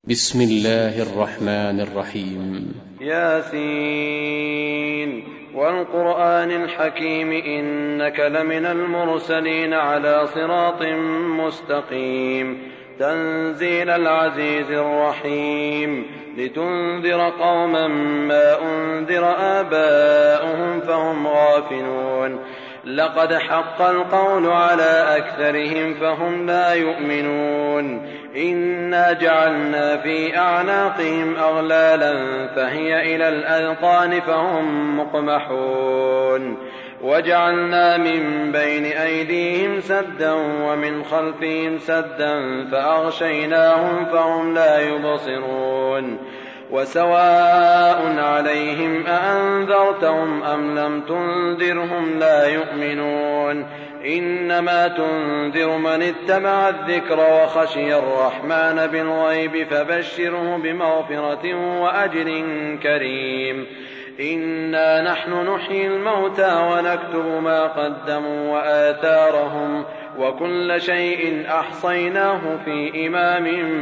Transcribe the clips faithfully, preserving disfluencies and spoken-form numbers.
بسم الله الرحمن الرحيم. ياسين والقرآن الحكيم إنك لمن المرسلين على صراط مستقيم تنزيل العزيز الرحيم لتنذر قوما ما أنذر آباؤهم فهم غافلون لقد حق القول على أكثرهم فهم لا يؤمنون إنا جعلنا في أعناقهم أغلالا فهي إلى الأذقان فهم مقمحون وجعلنا من بين أيديهم سدا ومن خلفهم سدا فأغشيناهم فهم لا يبصرون وسواء عليهم أأنذرتهم أم لم تنذرهم لا يؤمنون إنما تنذر من اتبع الذكر وخشي الرحمن بالغيب فبشره بمغفرة وأجر كريم إنا نحن نحيي الموتى ونكتب ما قدموا وآثارهم وكل شيء أحصيناه في إمام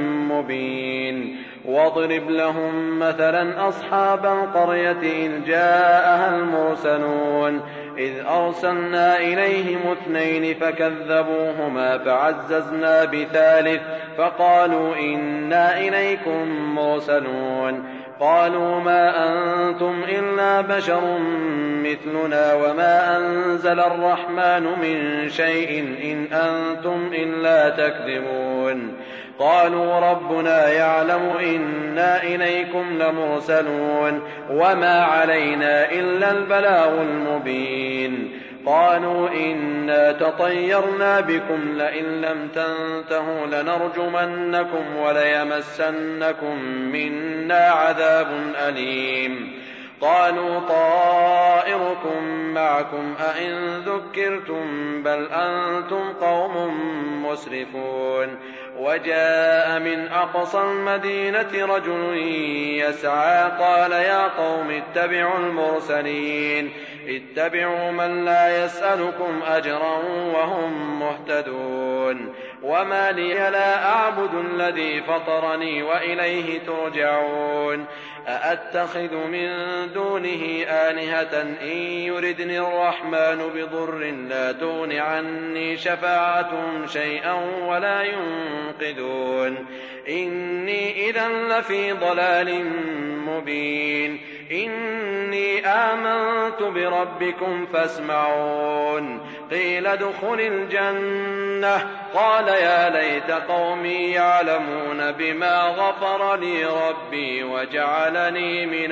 مبين واضرب لهم مثلا أصحاب القرية إذ جاءها المرسلون إذ أرسلنا إليهم اثنين فكذبوهما فعززنا بثالث فقالوا إنا إليكم مرسلون قالوا ما أنتم إلا بشر مثلنا وما أنزل الرحمن من شيء إن أنتم إلا تكذبون قالوا ربنا يعلم إنا إليكم لمرسلون وما علينا إلا البلاغ المبين قالوا إنا تطيرنا بكم لئن لم تنتهوا لنرجمنكم وليمسنكم منا عذاب أليم قالوا طائركم معكم أئن ذكرتم بل أنتم قوم مسرفون وجاء من أقصى المدينة رجل يسعى قال يا قوم اتبعوا المرسلين اتبعوا من لا يسألكم أجرا وهم مهتدون وما لي لا أعبد الذي فطرني وإليه ترجعون أأتخذ من دونه آلهة إن يردني الرحمن بضر لا تغن عني شفاعتهم شيئا ولا ينقذون إني إذا لفي ضلال مبين إني آمنت بربكم فاسمعون قيل ادخل الجنة قال يا ليت قومي يعلمون بما غفر لي ربي وجعلني من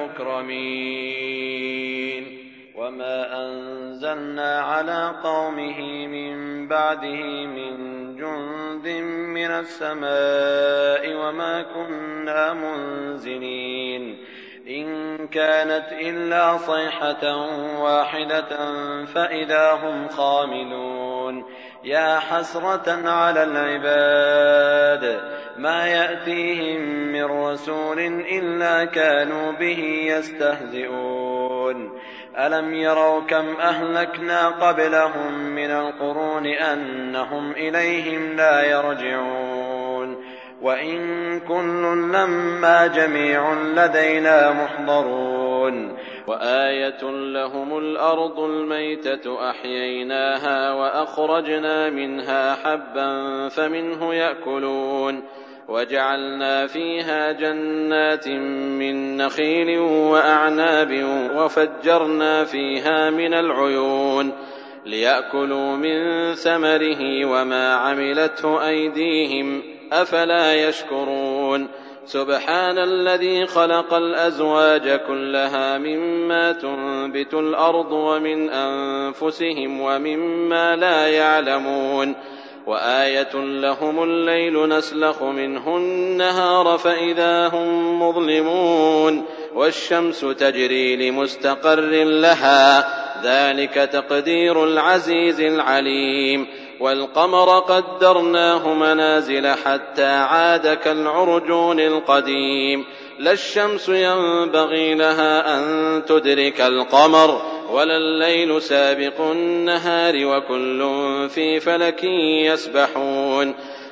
المكرمين وما أنزلنا على قومه من بعده من جند من السماء وما كنا منزلين إن كانت إلا صيحة واحدة فإذا هم خاملون يا حسرة على العباد ما يأتيهم من رسول إلا كانوا به يستهزئون ألم يروا كم أهلكنا قبلهم من القرون أنهم إليهم لا يرجعون وإن كل لما جميع لدينا محضرون وآية لهم الأرض الميتة أحييناها وأخرجنا منها حبا فمنه يأكلون وجعلنا فيها جنات من نخيل وأعناب وفجرنا فيها من العيون ليأكلوا من ثمره وما عملته أيديهم أفلا يشكرون سبحان الذي خلق الأزواج كلها مما تنبت الأرض ومن أنفسهم ومما لا يعلمون وآية لهم الليل نسلخ منه النهار فإذا هم مظلمون والشمس تجري لمستقر لها ذلك تقدير العزيز العليم والقمر قدرناه منازل حتى عاد كالعرجون القديم لا الشمس ينبغي لها أن تدرك القمر ولا الليل سابق النهار وكل في فلك يسبحون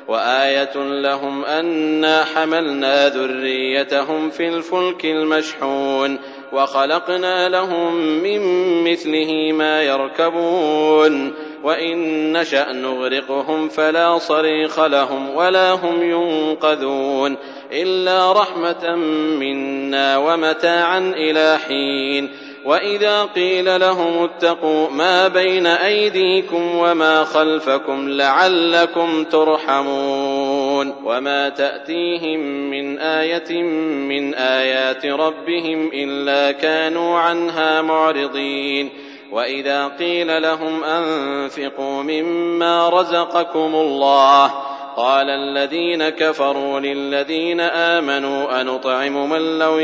وآية لهم أنا حملنا ذريتهم في الفلك المشحون وخلقنا لهم من مثله ما يركبون وإن نشأ نغرقهم فلا صريخ لهم ولا هم ينقذون إلا رحمة منا ومتاعا إلى حين. وإذا قيل لهم اتقوا ما بين أيديكم وما خلفكم لعلكم ترحمون وما تأتيهم من آية من آيات ربهم إلا كانوا عنها معرضين. وإذا قيل لهم أنفقوا مما رزقكم الله قال الذين كفروا للذين آمنوا أنطعم من لو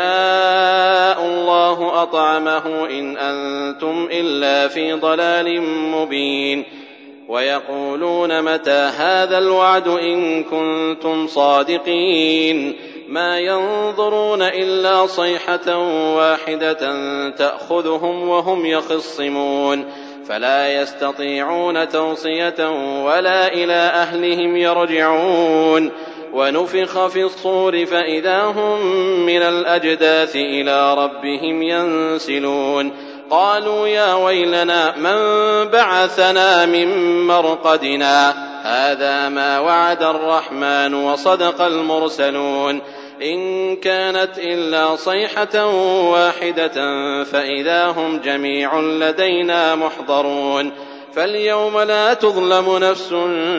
يشاء الله أطعمه إن أنتم إلا في ضلال مبين. ويقولون متى هذا الوعد إن كنتم صادقين ما ينظرون إلا صيحة واحدة تأخذهم وهم يخصمون فلا يستطيعون توصية ولا إلى أهلهم يرجعون. ونفخ في الصور فإذا هم من الأجداث إلى ربهم ينسلون قالوا يا ويلنا من بعثنا من مرقدنا هذا ما وعد الرحمن وصدق المرسلون إن كانت إلا صيحة واحدة فإذا هم جميع لدينا محضرون. فاليوم لا تظلم نفس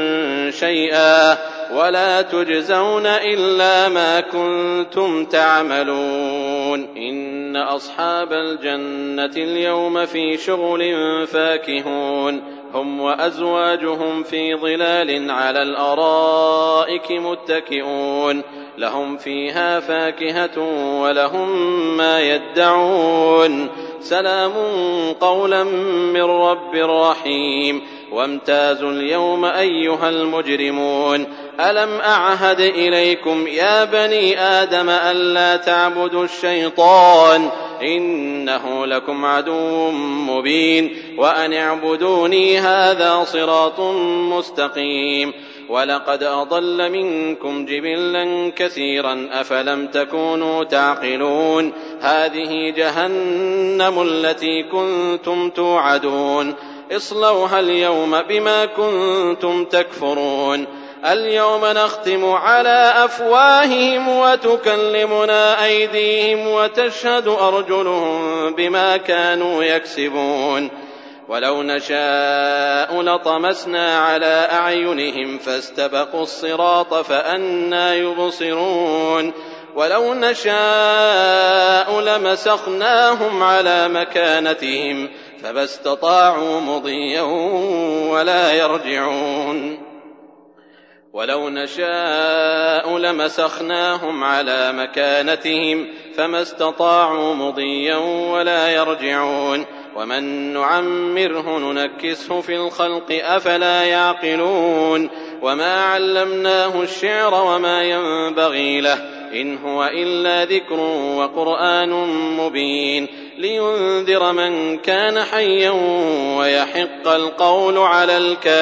شيئا ولا تجزون إلا ما كنتم تعملون. إن أصحاب الجنة اليوم في شغل فاكهون هم وأزواجهم في ظلال على الأرائك متكئون لهم فيها فاكهة ولهم ما يدعون سلام قولا من رب رحيم. وامتازوا اليوم أيها المجرمون ألم أعهد إليكم يا بني آدم ألا تعبدوا الشيطان إنه لكم عدو مبين وأن اعبدوني هذا صراط مستقيم. ولقد أضل منكم جبلا كثيرا أفلم تكونوا تعقلون هذه جهنم التي كنتم توعدون اصلوها اليوم بما كنتم تكفرون. اليوم نختم على أفواههم وتكلمنا أيديهم وتشهد أرجلهم بما كانوا يكسبون. ولو نشاء لطمسنا على أعينهم فاستبقوا الصراط فأنى يبصرون. ولو نشاء لمسخناهم على مكانتهم فما استطاعوا مضيا ولا يرجعون. ولو نشاء لمسخناهم على مكانتهم فما استطاعوا مضيا ولا يرجعون. ومن نعمره ننكسه في الخلق أفلا يعقلون. وما علمناه الشعر وما ينبغي له إن هو إلا ذكر وقرآن مبين لينذر من كان حيا ويحق القول على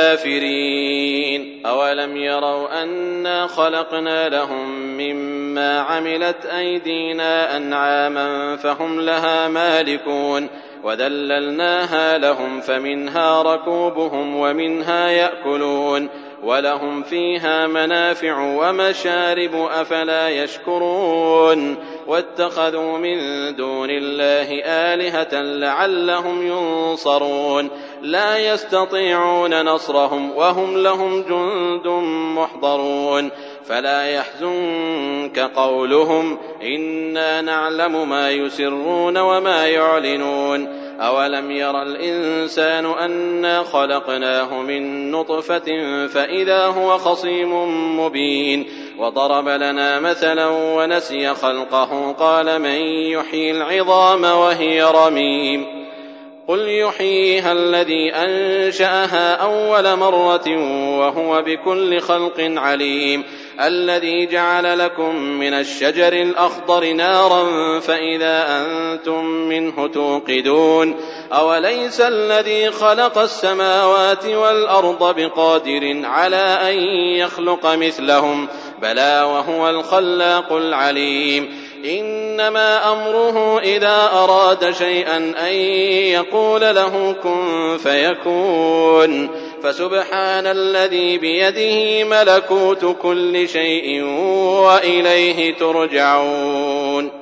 الكافرين. أولم يروا أنا خلقنا لهم مما عملت أيدينا أنعاما فهم لها مالكون وذللناها لهم فمنها ركوبهم ومنها يأكلون ولهم فيها منافع ومشارب أفلا يشكرون. واتخذوا من دون الله آلهة لعلهم ينصرون لا يستطيعون نصرهم وهم لهم جند محضرون. فلا يحزنك قولهم إنا نعلم ما يسرون وما يعلنون. أولم ير الإنسان أنا خلقناه من نطفة فإذا هو خصيم مبين. وضرب لنا مثلا ونسي خلقه قال من يحيي العظام وهي رميم قل يحييها الذي أنشأها أول مرة وهو بكل خلق عليم. الذي جعل لكم من الشجر الأخضر نارا فإذا أنتم منه توقدون أوليس الذي خلق السماوات والأرض بقادر على أن يخلق مثلهم بلى وهو الخلاق العليم إنما أمره إذا أراد شيئا أن يقول له كن فيكون فسبحان الذي بيده ملكوت كل شيء وإليه ترجعون